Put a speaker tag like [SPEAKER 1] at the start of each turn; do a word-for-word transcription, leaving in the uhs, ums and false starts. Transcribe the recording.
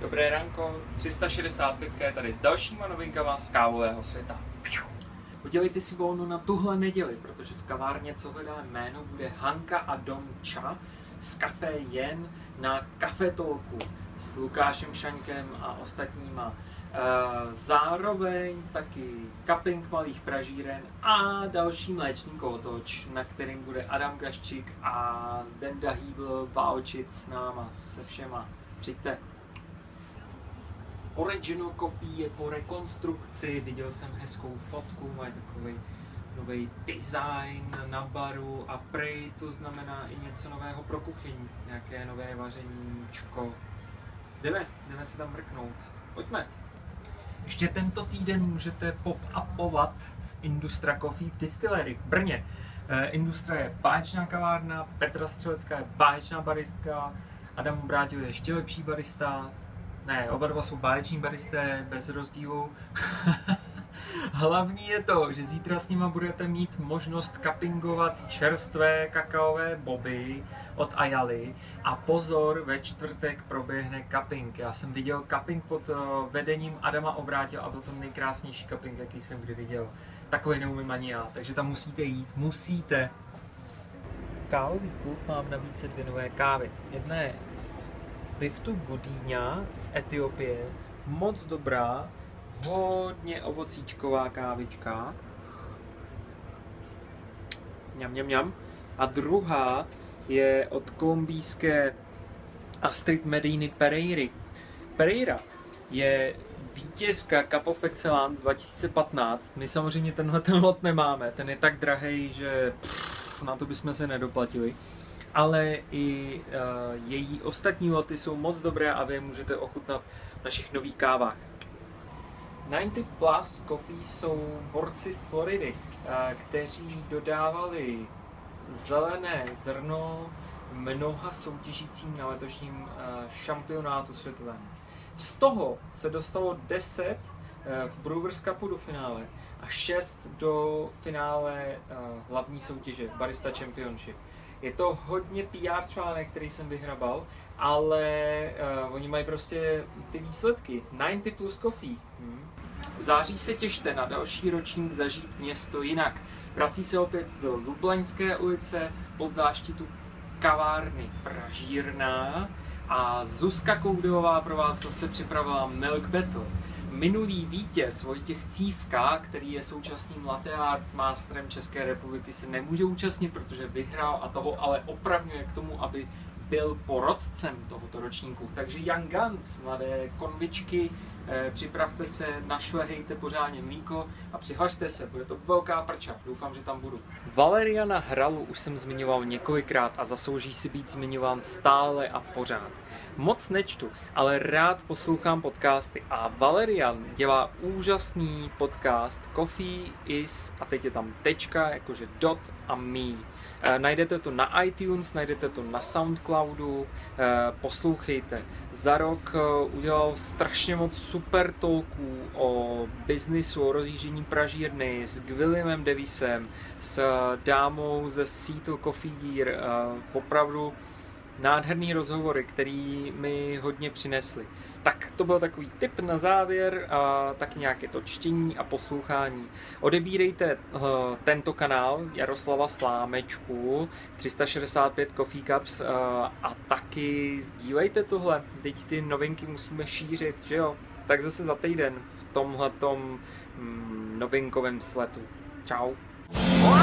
[SPEAKER 1] Dobré ranko, tři sta šedesát pět je tady s dalšíma novinkama z kávového světa. Udělejte si volno na tuhle neděli, protože v kavárně, co hledá jméno, bude Hanka a Dom Cha z Café Jen na Cafetolku s Lukášem Šankem a ostatníma. Zároveň taky cupping malých pražíren a další mléčný kolotoč, na kterým bude Adam Gaščík a Zdenda Hýbl válčit s náma, se všema. Přijďte. Original Coffee je po rekonstrukci, viděl jsem hezkou fotku, mají takový nový design na baru a prej to znamená i něco nového pro kuchyň, nějaké nové vařeníčko. Jdeme, jdeme se tam mrknout. Pojďme. Ještě tento týden můžete pop-upovat z Industra Coffee v Distillery v Brně. Industra je báječná kavárna, Petra Střelecká je báječná baristka, Adam Obrátil je ještě lepší barista. Ne, oba dva jsou báječní baristé, bez rozdílu. Hlavní je to, že zítra s nima budete mít možnost cuppingovat čerstvé kakaové boby od Ayali. A pozor, ve čtvrtek proběhne cupping. Já jsem viděl cupping pod vedením Adama Obrátil a byl to nejkrásnější cupping, jaký jsem kdy viděl. Takový neumím ani já, takže tam musíte jít, musíte. Kávový klub mám navíc dvě nové kávy. Jedna je Biftu Gudíňa z Etiopie, moc dobrá, hodně ovocíčková kávička. Mňam, mňam, mňam. A druhá je od kolumbijské Astrid Mediny Pereiry. Pereira je vítězka Cup of Excellence dva tisíce patnáct. My samozřejmě tenhle ten lot nemáme, ten je tak drahej, že pff, na to bychom se nedoplatili. Ale i uh, její ostatní loty jsou moc dobré a vy je můžete ochutnat v našich nových kávách. devadesát plus Coffee jsou borci z Floridy, uh, kteří dodávali zelené zrno mnoha soutěžícím na letošním uh, šampionátu světovém. Z toho se dostalo deset uh, v Brewers Cupu do finále a šest do finále uh, hlavní soutěže Barista Championship. Je to hodně P R článek, který jsem vyhrabal, ale uh, oni mají prostě ty výsledky. devadesát plus Coffee. Hmm. V září se těšte na další ročník Zažít město jinak. Vrací se opět do Lublaňské ulice pod záštitu kavárny Pražírna a Zuzka Koudová pro vás zase připravila Milk Battle. Minulý vítěz Vojtěch Cívka, který je současným latte art masterem České republiky, se nemůže účastnit, protože vyhrál a toho ale opravňuje k tomu, aby byl porodcem tohoto ročníku. Takže Young Guns, mladé konvičky, eh, připravte se, našlehejte pořádně mlíko a přihlašte se, bude to velká prča, doufám, že tam budu. Valeriana Hralu už jsem zmiňoval několikrát a zaslouží si být zmiňován stále a pořád. Moc nečtu, ale rád poslouchám podcasty a Valerian dělá úžasný podcast Coffee is, a teď je tam tečka, jakože dot a me. E, najdete to na iTunes, najdete to na Soundcloudu, e, poslouchejte. Za rok e, udělal strašně moc super talků o biznisu, o rozjíždění pražírny s Williamem Davisem, s dámou ze Seattle Coffee Gear, e, opravdu nádherný rozhovory, který mi hodně přinesly. Tak to byl takový tip na závěr, a taky nějaké to čtení a poslouchání. Odebírejte uh, tento kanál Jaroslava Slámečku, tři sta šedesát pět Coffee Cups uh, a taky sdílejte tohle, teď ty novinky musíme šířit, že jo? Tak zase za týden v tomhletom mm, novinkovém sletu. Čau.